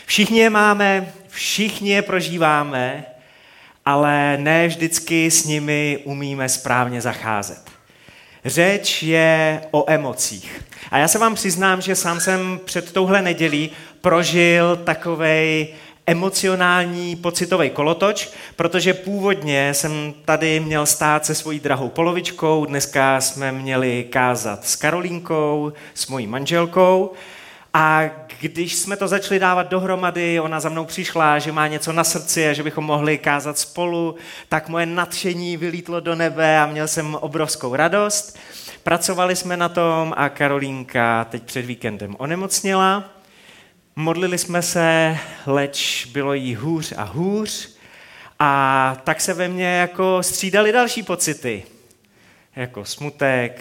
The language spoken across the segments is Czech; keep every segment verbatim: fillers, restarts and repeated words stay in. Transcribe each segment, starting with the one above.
Všichni je máme, všichni je prožíváme, ale ne vždycky s nimi umíme správně zacházet. Řeč je o emocích. A já se vám přiznám, že sám jsem před touhle nedělí prožil takovej emocionální pocitový kolotoč, protože původně jsem tady měl stát se svojí drahou polovičkou, dneska jsme měli kázat s Karolínkou, s mojí manželkou a když jsme to začali dávat dohromady, ona za mnou přišla, že má něco na srdci a že bychom mohli kázat spolu, tak moje nadšení vylítlo do nebe a měl jsem obrovskou radost. Pracovali jsme na tom a Karolínka teď před víkendem onemocněla. Modlili jsme se, leč bylo jí hůř a hůř a tak se ve mně jako střídaly další pocity, jako smutek,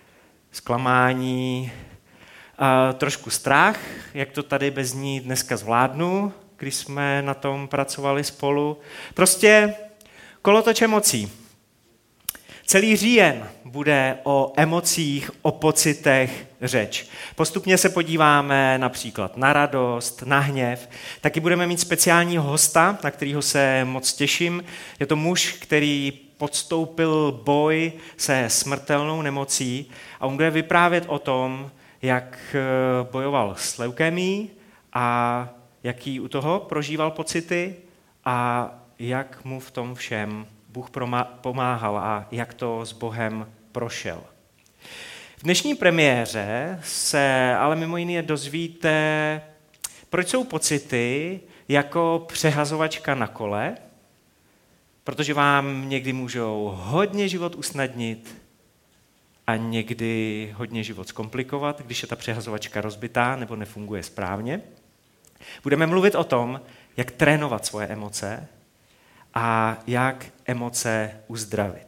zklamání, a trošku strach, jak to tady bez ní dneska zvládnu, když jsme na tom pracovali spolu. Prostě kolotoč emocí. Celý říjen bude o emocích, o pocitech řeč. Postupně se podíváme například na radost, na hněv. Taky budeme mít speciálního hosta, na kterého se moc těším. Je to muž, který podstoupil boj se smrtelnou nemocí a on bude vyprávět o tom, jak bojoval s leukémií a jaký u toho prožíval pocity a jak mu v tom všem Bůh pomáhal a jak to s Bohem prošel. V dnešní premiéře se ale mimo jiné dozvíte, proč jsou pocity jako přehazovačka na kole, protože vám někdy můžou hodně život usnadnit a někdy hodně život zkomplikovat, když je ta přehazovačka rozbitá nebo nefunguje správně. Budeme mluvit o tom, jak trénovat svoje emoce a jak emoce uzdravit.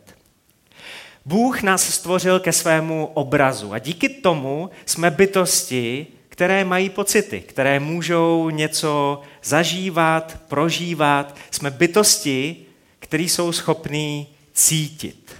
Bůh nás stvořil ke svému obrazu a díky tomu jsme bytosti, které mají pocity, které můžou něco zažívat, prožívat. Jsme bytosti, které jsou schopné cítit.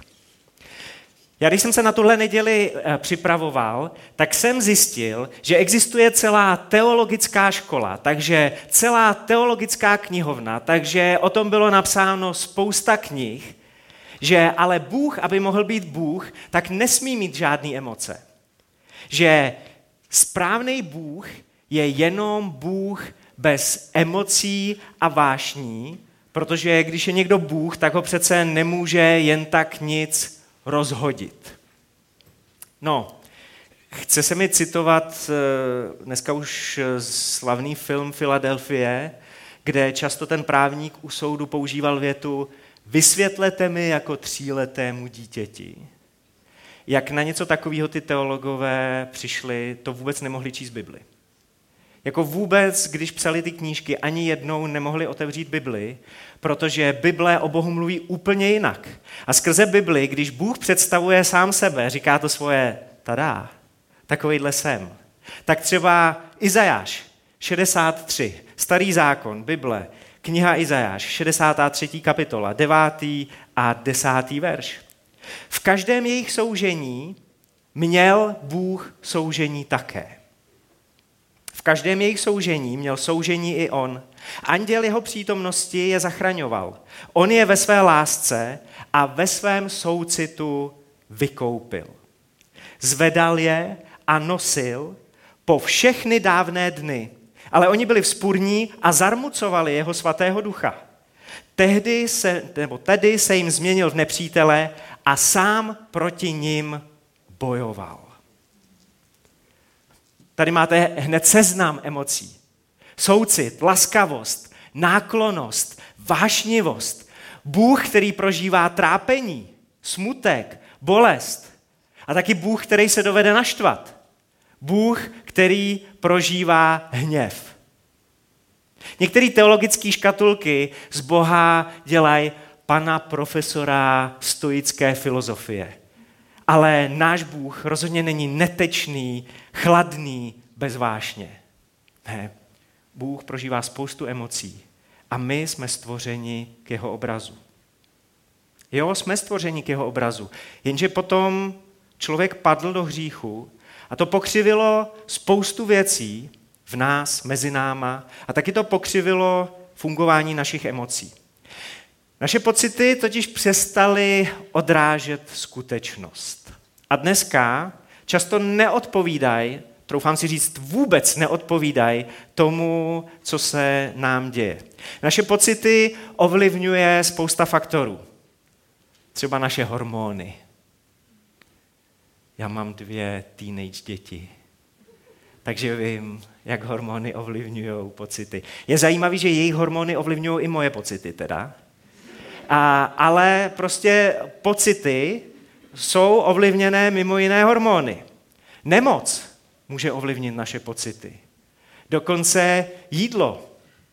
Já když jsem se na tuhle neděli připravoval, tak jsem zjistil, že existuje celá teologická škola, takže celá teologická knihovna, takže o tom bylo napsáno spousta knih, že ale Bůh, aby mohl být Bůh, tak nesmí mít žádné emoce. Že správný Bůh je jenom Bůh bez emocí a vášní, protože když je někdo Bůh, tak ho přece nemůže jen tak nic rozhodit. No, chce se mi citovat dneska už slavný film Filadelfie, kde často ten právník u soudu používal větu vysvětlete mi jako tříletému dítěti. Jak na něco takového ty teologové přišli, to vůbec nemohli číst Bibli. Jako vůbec, když psali ty knížky, ani jednou nemohli otevřít Bibli, protože Bible o Bohu mluví úplně jinak. A skrze Bibli, když Bůh představuje sám sebe, říká to svoje tada, takovejhle jsem. Tak třeba Izajáš šedesát tři, starý zákon, Bible, kniha Izajáš, šedesátá třetí kapitola, devátý a desátý verš. V každém jejich soužení měl Bůh soužení také. V každém jejich soužení měl soužení i on. Anděl jeho přítomnosti je zachraňoval. On je ve své lásce a ve svém soucitu vykoupil. Zvedal je a nosil po všechny dávné dny, ale oni byli vzpurní a zarmucovali jeho svatého ducha. Tehdy se, nebo tedy se jim změnil v nepřítele a sám proti nim bojoval. Tady máte hned seznam emocí. Soucit, laskavost, náklonnost, vášnivost. Bůh, který prožívá trápení, smutek, bolest. A taky Bůh, který se dovede naštvat. Bůh, který prožívá hněv. Některé teologické škatulky z Boha dělají pana profesora stoické filozofie. Ale náš Bůh rozhodně není netečný, chladný, bez vášně. Ne, Bůh prožívá spoustu emocí a my jsme stvořeni k jeho obrazu. Jo, jsme stvořeni k jeho obrazu, jenže potom člověk padl do hříchu a to pokřivilo spoustu věcí v nás, mezi náma a taky to pokřivilo fungování našich emocí. Naše pocity totiž přestaly odrážet skutečnost. A dneska často neodpovídají, troufám si říct, vůbec neodpovídají tomu, co se nám děje. Naše pocity ovlivňuje spousta faktorů. Třeba naše hormony. Já mám dvě teenage děti, takže vím, jak hormony ovlivňují pocity. Je zajímavé, že jejich hormony ovlivňují i moje pocity teda. A, ale prostě pocity jsou ovlivněné mimo jiné hormony. Nemoc může ovlivnit naše pocity. Dokonce jídlo.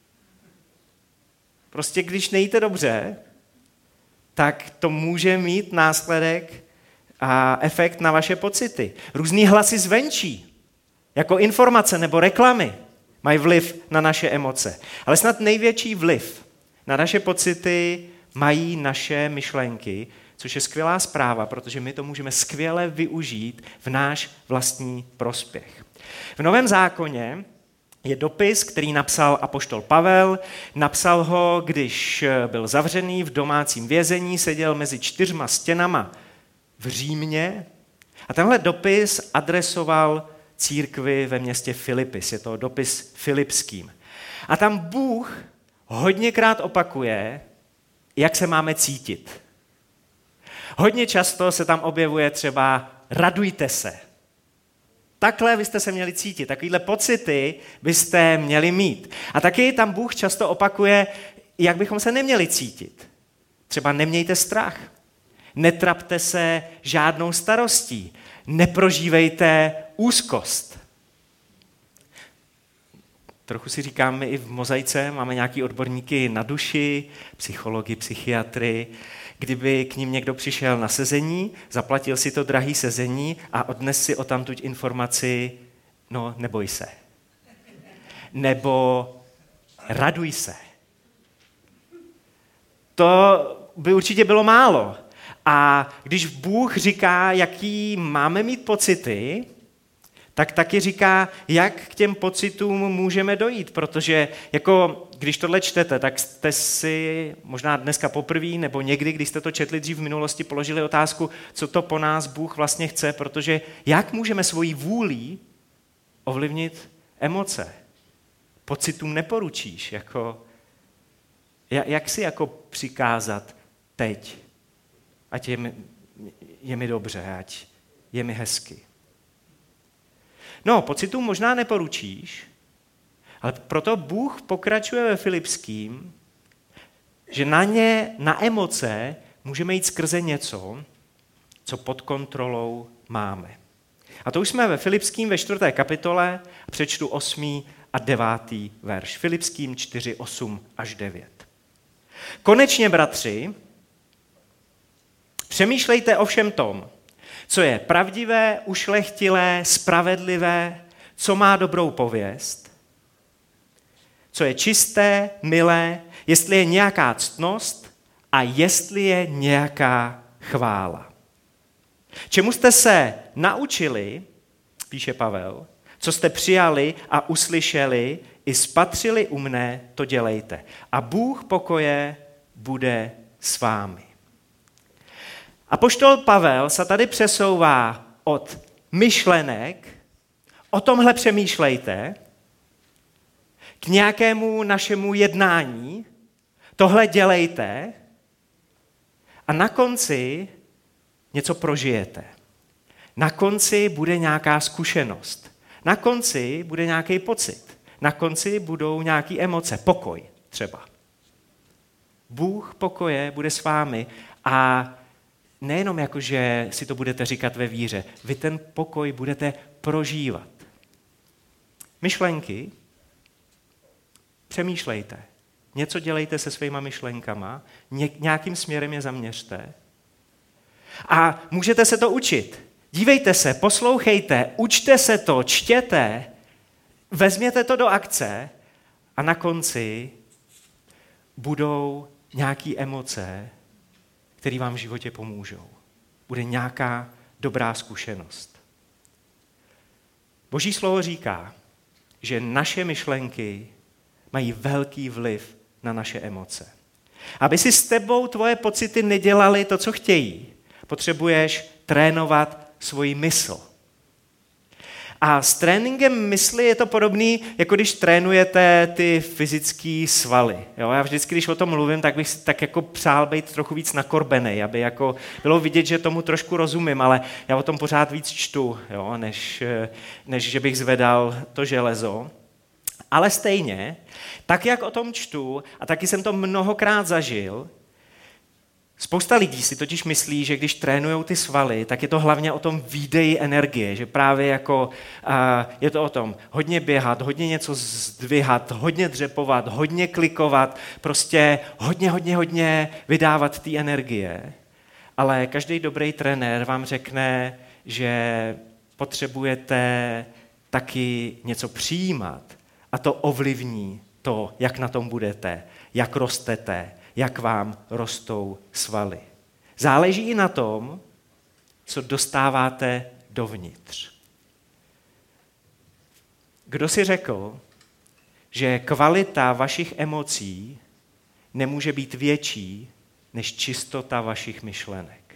Prostě když nejíte dobře, tak to může mít následek a efekt na vaše pocity. Různý hlasy zvenčí, jako informace nebo reklamy, mají vliv na naše emoce. Ale snad největší vliv na naše pocity mají naše myšlenky, což je skvělá zpráva, protože my to můžeme skvěle využít v náš vlastní prospěch. V Novém zákoně je dopis, který napsal apoštol Pavel. Napsal ho, když byl zavřený v domácím vězení, seděl mezi čtyřma stěnama v Římě a tenhle dopis adresoval církvi ve městě Filipis. Je to dopis filipským. A tam Bůh hodněkrát opakuje, jak se máme cítit. Hodně často se tam objevuje třeba radujte se. Takhle byste se měli cítit, takovýhle pocity byste měli mít. A taky tam Bůh často opakuje, jak bychom se neměli cítit. Třeba nemějte strach, netrapte se žádnou starostí, neprožívejte úzkost. Trochu si říkáme i v Mozaice, máme nějaký odborníky na duši, psychologi, psychiatry. Kdyby k ním někdo přišel na sezení, zaplatil si to drahý sezení a odnes si odtamtud informaci, no neboj se. Nebo raduj se. To by určitě bylo málo. A když Bůh říká, jaký máme mít pocity, tak taky říká, jak k těm pocitům můžeme dojít, protože jako když tohle čtete, tak jste si možná dneska poprvé nebo někdy, když jste to četli dřív v minulosti, položili otázku, co to po nás Bůh vlastně chce, protože jak můžeme svojí vůlí ovlivnit emoce? Pocitům neporučíš, jako, jak si jako přikázat teď, ať je mi, je mi dobře, ať je mi hezky. No, pocitům možná neporučíš, ale proto Bůh pokračuje ve Filipským, že na ně, na emoce můžeme jít skrze něco, co pod kontrolou máme. A to už jsme ve Filipským ve čtvrté kapitole, přečtu osmý a devátý verš. Filipským čtyři, osm až devět. Konečně, bratři, přemýšlejte o všem tom, co je pravdivé, ušlechtilé, spravedlivé, co má dobrou pověst, co je čisté, milé, jestli je nějaká ctnost a jestli je nějaká chvála. Čemu jste se naučili, píše Pavel, co jste přijali a uslyšeli i spatřili u mne, to dělejte. A Bůh pokoje bude s vámi. Apoštol Pavel se tady přesouvá od myšlenek, o tomhle přemýšlejte, k nějakému našemu jednání, tohle dělejte a na konci něco prožijete. Na konci bude nějaká zkušenost. Na konci bude nějaký pocit. Na konci budou nějaké emoce, pokoj třeba. Bůh pokoje bude s vámi a nejenom jako, že si to budete říkat ve víře, vy ten pokoj budete prožívat. Myšlenky, přemýšlejte. Něco dělejte se svýma myšlenkama, nějakým směrem je zaměřte. A můžete se to učit. Dívejte se, poslouchejte, učte se to, čtěte, vezměte to do akce a na konci budou nějaké emoce, které vám v životě pomůžou. Bude nějaká dobrá zkušenost. Boží slovo říká, že naše myšlenky mají velký vliv na naše emoce. Aby si s tebou tvoje pocity nedělaly to, co chtějí, potřebuješ trénovat svoji mysl. A s tréninkem mysli je to podobný, jako když trénujete ty fyzické svaly. Jo? Já vždycky, když o tom mluvím, tak bych si tak jako přál být trochu víc nakorbenej, aby jako bylo vidět, že tomu trošku rozumím, ale já o tom pořád víc čtu, jo? Než, než že bych zvedal to železo. Ale stejně, tak jak o tom čtu, a taky jsem to mnohokrát zažil, spousta lidí si totiž myslí, že když trénujou ty svaly, tak je to hlavně o tom výdeji energie, že právě jako uh, je to o tom hodně běhat, hodně něco zdvihat, hodně dřepovat, hodně klikovat, prostě hodně, hodně, hodně vydávat té energie. Ale každý dobrý trenér vám řekne, že potřebujete taky něco přijímat a to ovlivní to, jak na tom budete, jak rostete, jak vám rostou svaly. Záleží i na tom, co dostáváte dovnitř. Kdo si řekl, že kvalita vašich emocí nemůže být větší než čistota vašich myšlenek?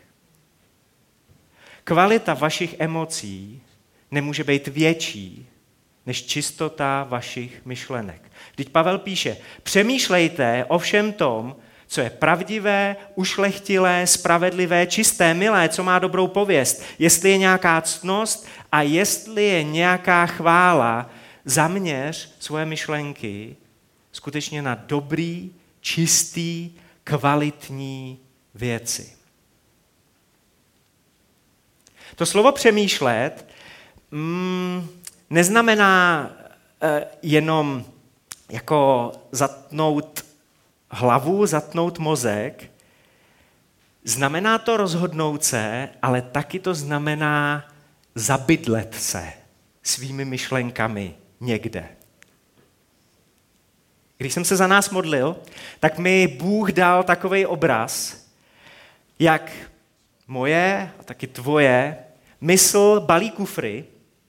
Kvalita vašich emocí nemůže být větší než čistota vašich myšlenek. Vždyť Pavel píše, přemýšlejte o všem tom, co je pravdivé, ušlechtilé, spravedlivé, čisté, milé, co má dobrou pověst, jestli je nějaká ctnost a jestli je nějaká chvála, zaměř svoje myšlenky skutečně na dobrý, čistý, kvalitní věci. To slovo přemýšlet mm, neznamená eh, jenom jako zatnout hlavu, zatnout mozek. Znamená to rozhodnout se, ale taky to znamená zabydlet se svými myšlenkami někde. Když jsem se za nás modlil, tak mi Bůh dal takovej obraz, jak moje a taky tvoje mysl balí kufry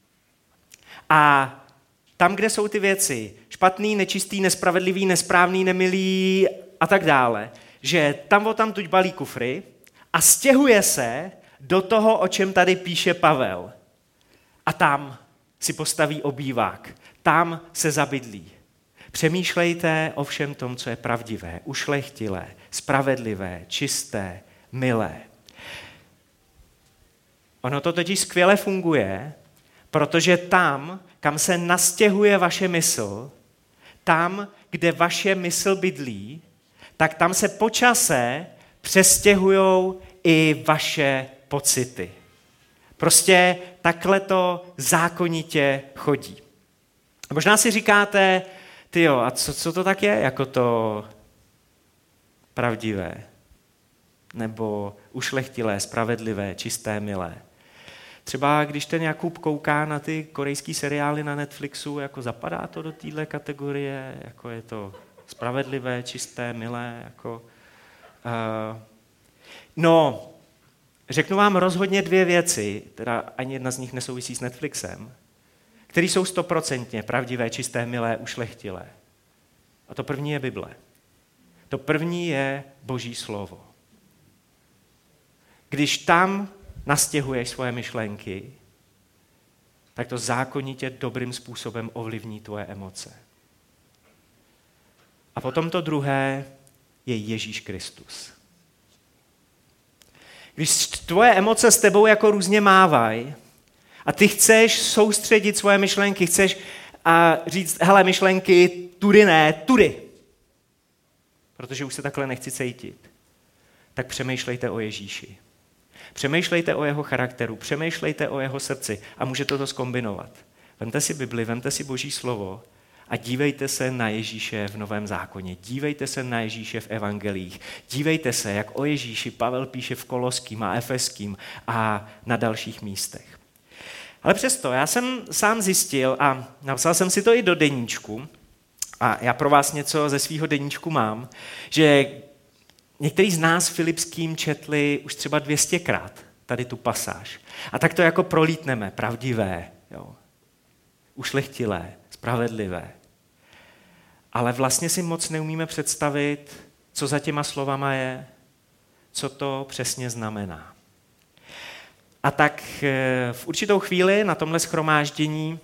a tam, kde jsou ty věci špatný, nečistý, nespravedlivý, nesprávný, nemilý a tak dále, že tam o tam tuď balí kufry a stěhuje se do toho, o čem tady píše Pavel. A tam si postaví obývák, tam se zabydlí. Přemýšlejte o všem tom, co je pravdivé, ušlechtilé, spravedlivé, čisté, milé. Ono to totiž skvěle funguje, protože tam, kam se nastěhuje vaše mysl, tam, kde vaše mysl bydlí, tak tam se po čase přestěhujou i vaše pocity. Prostě takhle to zákonitě chodí. Možná si říkáte, tyjo, a co, co to tak je, jako to pravdivé, nebo ušlechtilé, spravedlivé, čisté, milé. Třeba když ten Jakub kouká na ty korejský seriály na Netflixu, jako zapadá to do téhle kategorie, jako je to spravedlivé, čisté, milé, jako... Uh, no, řeknu vám rozhodně dvě věci, teda ani jedna z nich nesouvisí s Netflixem, které jsou stoprocentně pravdivé, čisté, milé, ušlechtilé. A to první je Bible. To první je Boží slovo. Když tam nastěhuješ svoje myšlenky, tak to zákonitě dobrým způsobem ovlivní tvoje emoce. A potom to druhé je Ježíš Kristus. Když tvoje emoce s tebou jako různě mávají a ty chceš soustředit svoje myšlenky, chceš a říct, hele, myšlenky, tudy ne, tudy, protože už se takhle nechci cítit, tak přemýšlejte o Ježíši. Přemýšlejte o jeho charakteru, přemýšlejte o jeho srdci a můžete to zkombinovat. Vemte si Bibli, vemte si Boží slovo a dívejte se na Ježíše v Novém zákoně, dívejte se na Ježíše v evangelích, dívejte se, jak o Ježíši Pavel píše v Koloským a Efeským a na dalších místech. Ale přesto, já jsem sám zjistil a napsal jsem si to i do deníčku a já pro vás něco ze svého deníčku mám, že některý z nás Filipským četli už třeba dvě stě krát tady tu pasáž. A tak to jako prolítneme, pravdivé, jo. Ušlechtilé, spravedlivé. Ale vlastně si moc neumíme představit, co za těma slovama je, co to přesně znamená. A tak v určitou chvíli na tomhle shromáždění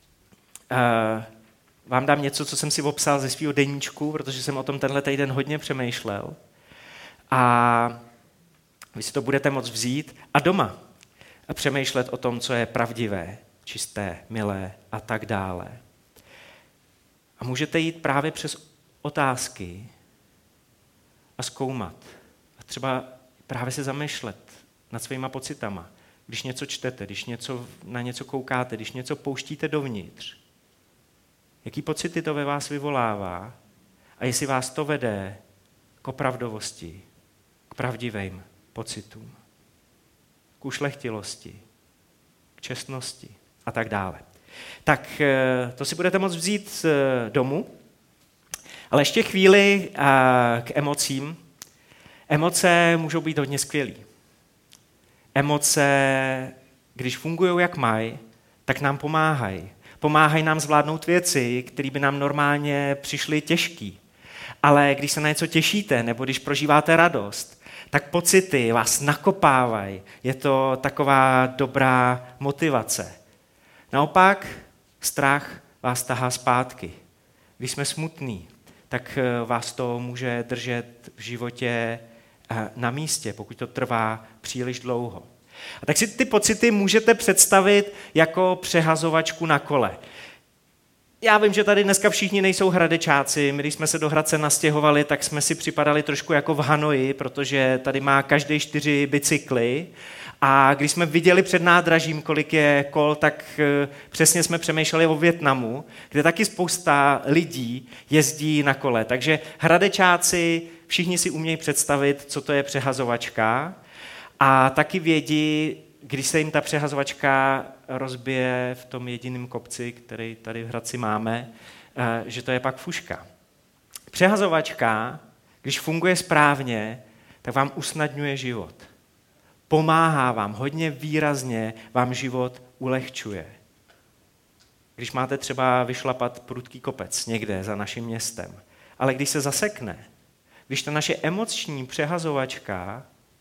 vám dám něco, co jsem si opsal ze svého deníčku, protože jsem o tom tenhle týden hodně přemýšlel. A vy si to budete moct vzít a doma a přemýšlet o tom, co je pravdivé, čisté, milé a tak dále. A můžete jít právě přes otázky a zkoumat. A třeba právě se zamýšlet nad svýma pocitama. Když něco čtete, když něco, na něco koukáte, když něco pouštíte dovnitř. Jaký pocity to ve vás vyvolává a jestli vás to vede k opravdovosti, k pravdivým pocitům, k ušlechtilosti, k čestnosti a tak dále. Tak to si budete moct vzít domů, ale ještě chvíli k emocím. Emoce můžou být hodně skvělý. Emoce, když fungují jak mají, tak nám pomáhají. Pomáhají nám zvládnout věci, které by nám normálně přišly těžký. Ale když se na něco těšíte, nebo když prožíváte radost, tak pocity vás nakopávají. Je to taková dobrá motivace. Naopak, strach vás tahá zpátky. Když jsme smutní, tak vás to může držet v životě na místě, pokud to trvá příliš dlouho. A tak si ty pocity můžete představit jako přehazovačku na kole. Já vím, že tady dneska všichni nejsou hradečáci. My, když jsme se do Hradce nastěhovali, tak jsme si připadali trošku jako v Hanoji, protože tady má každý čtyři bicykly. A když jsme viděli před nádražím, kolik je kol, tak přesně jsme přemýšleli o Vietnamu, kde taky spousta lidí jezdí na kole. Takže hradečáci všichni si umějí představit, co to je přehazovačka. A taky vědí, když se jim ta přehazovačka rozbije v tom jediném kopci, který tady v Hradci máme, že to je pak fuška. Přehazovačka, když funguje správně, tak vám usnadňuje život. Pomáhá vám, hodně výrazně vám život ulehčuje. Když máte třeba vyšlapat prudký kopec někde za naším městem, ale když se zasekne, když ta naše emoční přehazovačka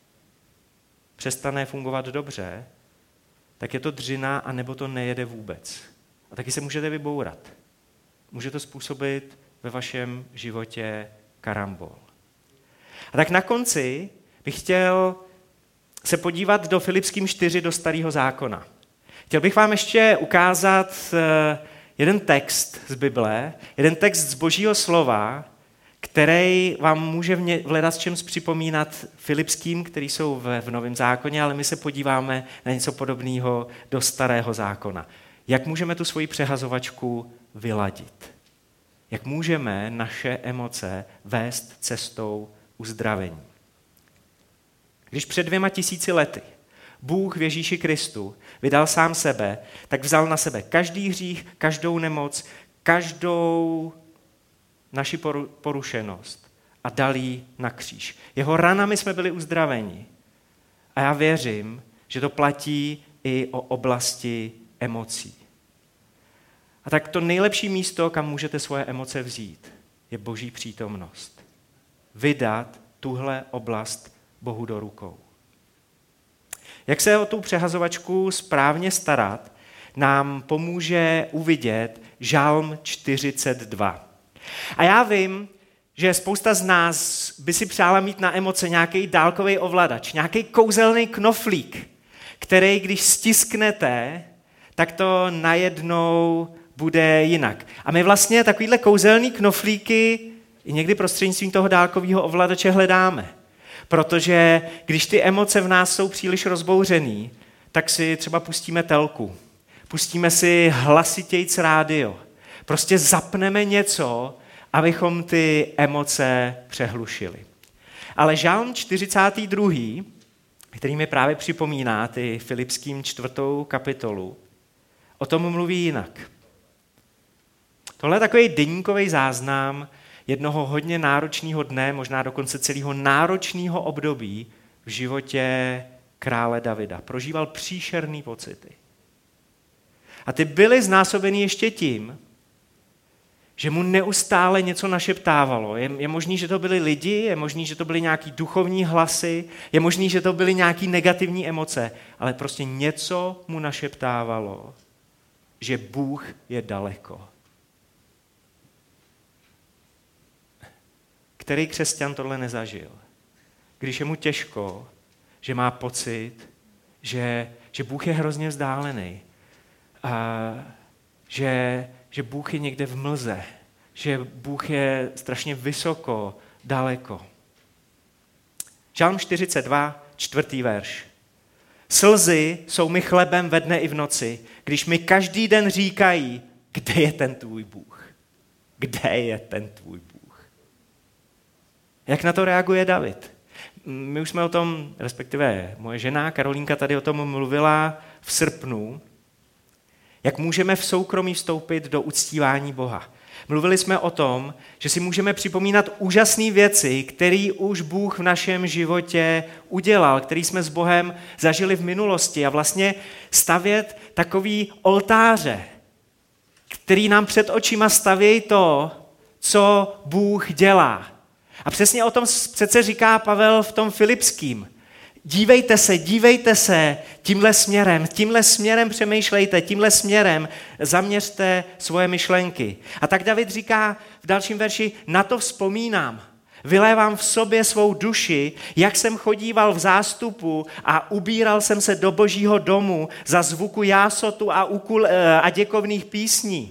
přestane fungovat dobře, tak je to dřina, anebo to nejede vůbec. A taky se můžete vybourat. Může to způsobit ve vašem životě karambol. A tak na konci bych chtěl se podívat do Filipským čtyři do Starého zákona. Chtěl bych vám ještě ukázat jeden text z Bible, jeden text z Božího slova, který vám může v ledasčem připomínat Filipským, který jsou v, v Novém zákoně, ale my se podíváme na něco podobného do Starého zákona. Jak můžeme tu svoji přehazovačku vyladit? Jak můžeme naše emoce vést cestou uzdravení? Když před dvěma tisíci lety Bůh v Ježíši Kristu vydal sám sebe, tak vzal na sebe každý hřích, každou nemoc, každou naši porušenost a dal ji na kříž. Jeho ranami jsme byli uzdraveni. A já věřím, že to platí i o oblasti emocí. A tak to nejlepší místo, kam můžete svoje emoce vzít, je Boží přítomnost. Vydat tuhle oblast Bohu do rukou. Jak se o tu přehazovačku správně starat, nám pomůže uvidět Žalm čtyřicet dva. A já vím, že spousta z nás by si přála mít na emoce nějaký dálkový ovladač, nějaký kouzelný knoflík, který když stisknete, tak to najednou bude jinak. A my vlastně takovýhle kouzelný knoflíky i někdy prostřednictvím toho dálkového ovladače hledáme. Protože když ty emoce v nás jsou příliš rozbouřený, tak si třeba pustíme telku, pustíme si hlasitějc rádio, prostě zapneme něco, abychom ty emoce přehlušili. Ale Žalm čtyřicátý druhý, který mi právě připomíná ty Filipským čtvrtou kapitolu, o tom mluví jinak. Tohle je takový deníkový záznam jednoho hodně náročného dne, možná dokonce celého náročného období v životě krále Davida. Prožíval příšerný pocity. A ty byly znásobeny ještě tím, že mu neustále něco našeptávalo. Je, je možný, že to byli lidi, je možný, že to byly nějaký duchovní hlasy, je možný, že to byly nějaký negativní emoce, ale prostě něco mu našeptávalo, že Bůh je daleko. Který křesťan tohle nezažil? Když je mu těžko, že má pocit, že, že Bůh je hrozně vzdálený, a že, že Bůh je někde v mlze, že Bůh je strašně vysoko, daleko. Žalm čtyřicet dva, čtvrtý verš. Slzy jsou mi chlebem ve dne i v noci, když mi každý den říkají, kde je ten tvůj Bůh? Kde je ten tvůj Bůh? Jak na to reaguje David? My už jsme o tom, respektive moje žena Karolínka tady o tom mluvila v srpnu, jak můžeme v soukromí vstoupit do uctívání Boha. Mluvili jsme o tom, že si můžeme připomínat úžasné věci, které už Bůh v našem životě udělal, které jsme s Bohem zažili v minulosti a vlastně stavět takový oltáře, který nám před očima stavějí to, co Bůh dělá. A přesně o tom přece říká Pavel v tom Filipským. Dívejte se, dívejte se tímhle směrem, tímhle směrem přemýšlejte, tímhle směrem zaměřte svoje myšlenky. A tak David říká v dalším verši, na to vzpomínám, vylévám v sobě svou duši, jak jsem chodíval v zástupu a ubíral jsem se do Božího domu za zvuku jásotu a, ukul, a děkovných písní.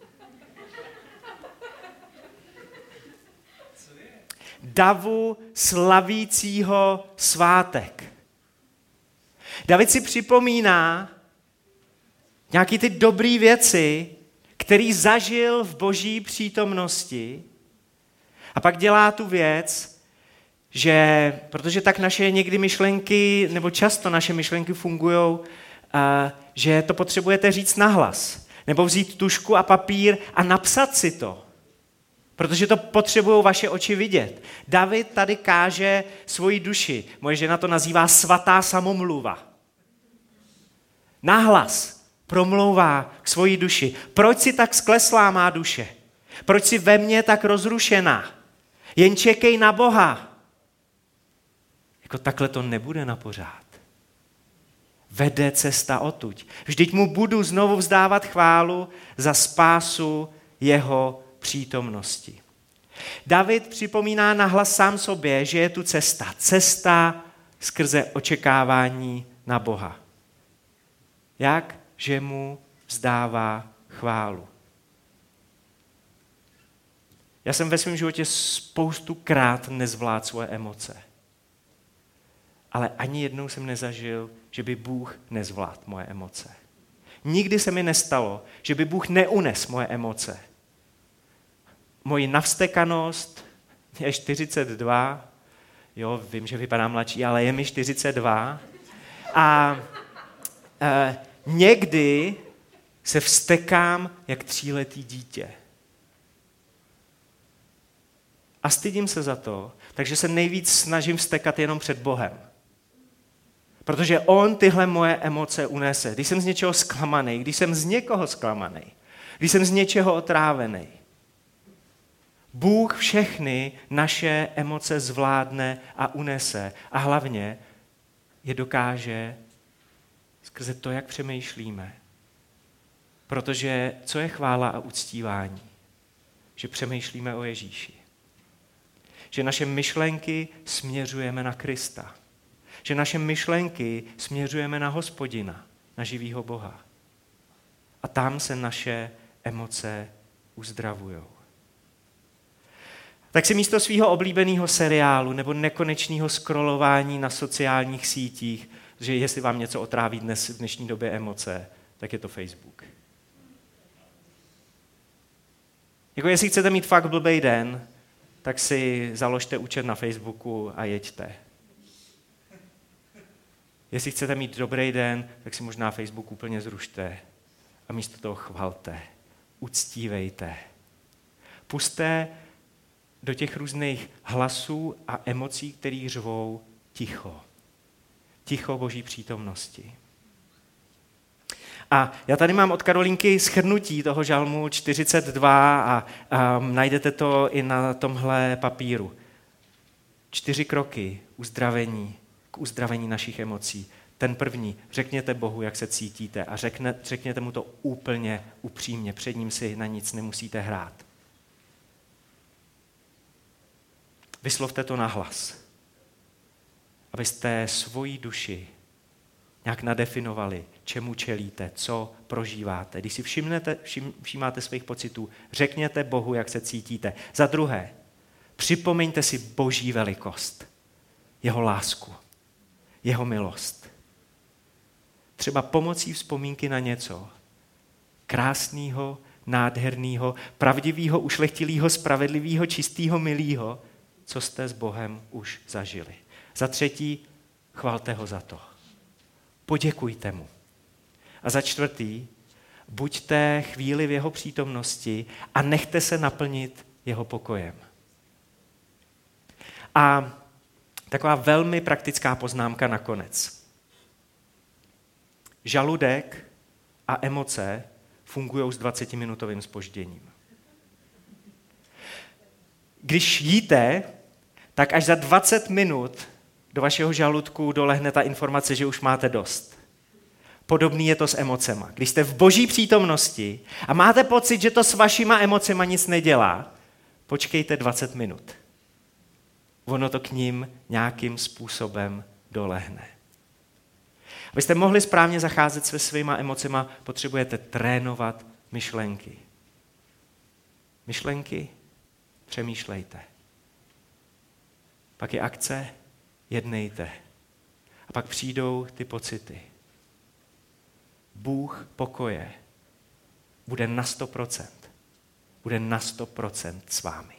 Davu slavícího svátek. David si připomíná nějaký ty dobré věci, který zažil v Boží přítomnosti a pak dělá tu věc, že, protože tak naše někdy myšlenky, nebo často naše myšlenky fungují, že to potřebujete říct nahlas, nebo vzít tužku a papír a napsat si to. Protože to potřebují vaše oči vidět. David tady káže svoji duši. Moje žena to nazývá svatá samomluva. Nahlas promlouvá k svoji duši. Proč si tak skleslá má duše? Proč si ve mně tak rozrušená? Jen čekej na Boha. Jako takhle to nebude na pořád. Vede cesta odtud. Vždyť mu budu znovu vzdávat chválu za spásu jeho přítomnosti. David připomíná nahlas sám sobě, že je tu cesta. Cesta skrze očekávání na Boha. Jak? Že mu vzdává chválu. Já jsem ve svém životě spoustu krát nezvládl svoje emoce. Ale ani jednou jsem nezažil, že by Bůh nezvládl moje emoce. Nikdy se mi nestalo, že by Bůh neunes moje emoce. Moji navstekanost je čtyřicet dva, jo, vím, že vypadám mladší, ale je mi čtyřicet dva a e, někdy se vztekám jak tříletý dítě. A stydím se za to, takže se nejvíc snažím vztekat jenom před Bohem. Protože on tyhle moje emoce unese. Když jsem z něčeho zklamaný, když jsem z někoho zklamaný, když jsem z něčeho otrávený, Bůh všechny naše emoce zvládne a unese a hlavně je dokáže skrze to, jak přemýšlíme. Protože co je chvála a uctívání? Že přemýšlíme o Ježíši. Že naše myšlenky směřujeme na Krista. Že naše myšlenky směřujeme na Hospodina, na živýho Boha. A tam se naše emoce uzdravujou. Tak si místo svého oblíbeného seriálu nebo nekonečného scrollování na sociálních sítích, že jestli vám něco otráví dnes v dnešní době emoce, tak je to Facebook. Jako jestli chcete mít fakt blbej den, tak si založte účet na Facebooku a jeďte. Jestli chcete mít dobrý den, tak si možná Facebook úplně zrušte a místo toho chvalte, uctívejte. Pusťte do těch různých hlasů a emocí, které řvou ticho. Ticho Boží přítomnosti. A já tady mám od Karolinky shrnutí toho žalmu čtyřicet dva a, a najdete to i na tomhle papíru. Čtyři kroky uzdravení, k uzdravení našich emocí. Ten první, řekněte Bohu, jak se cítíte a řekne, řekněte mu to úplně upřímně, před ním si na nic nemusíte hrát. Vyslovte to nahlas, abyste svoji duši nějak nadefinovali, čemu čelíte, co prožíváte. Když si všimnete, všim, všímáte svých pocitů, řekněte Bohu, jak se cítíte. Za druhé, připomeňte si Boží velikost, jeho lásku, jeho milost. Třeba pomocí vzpomínky na něco krásného, nádherného, pravdivého, ušlechtilého, spravedlivého, čistého, milého, co jste s Bohem už zažili. Za třetí, chvalte ho za to. Poděkujte mu. A za čtvrtý, buďte chvíli v jeho přítomnosti a nechte se naplnit jeho pokojem. A taková velmi praktická poznámka nakonec. Žaludek a emoce fungují s dvacetiminutovým zpožděním. Když jíte, tak až za dvacet minut do vašeho žaludku dolehne ta informace, že už máte dost. Podobný je to s emocema. Když jste v Boží přítomnosti a máte pocit, že to s vašima emocema nic nedělá, počkejte dvacet minut. Ono to k ním nějakým způsobem dolehne. Abyste mohli správně zacházet se svýma emocema, potřebujete trénovat myšlenky. Myšlenky, přemýšlejte. Pak je akce, jednejte. A pak přijdou ty pocity. Bůh pokoje bude na sto procent. Bude na sto procent s vámi.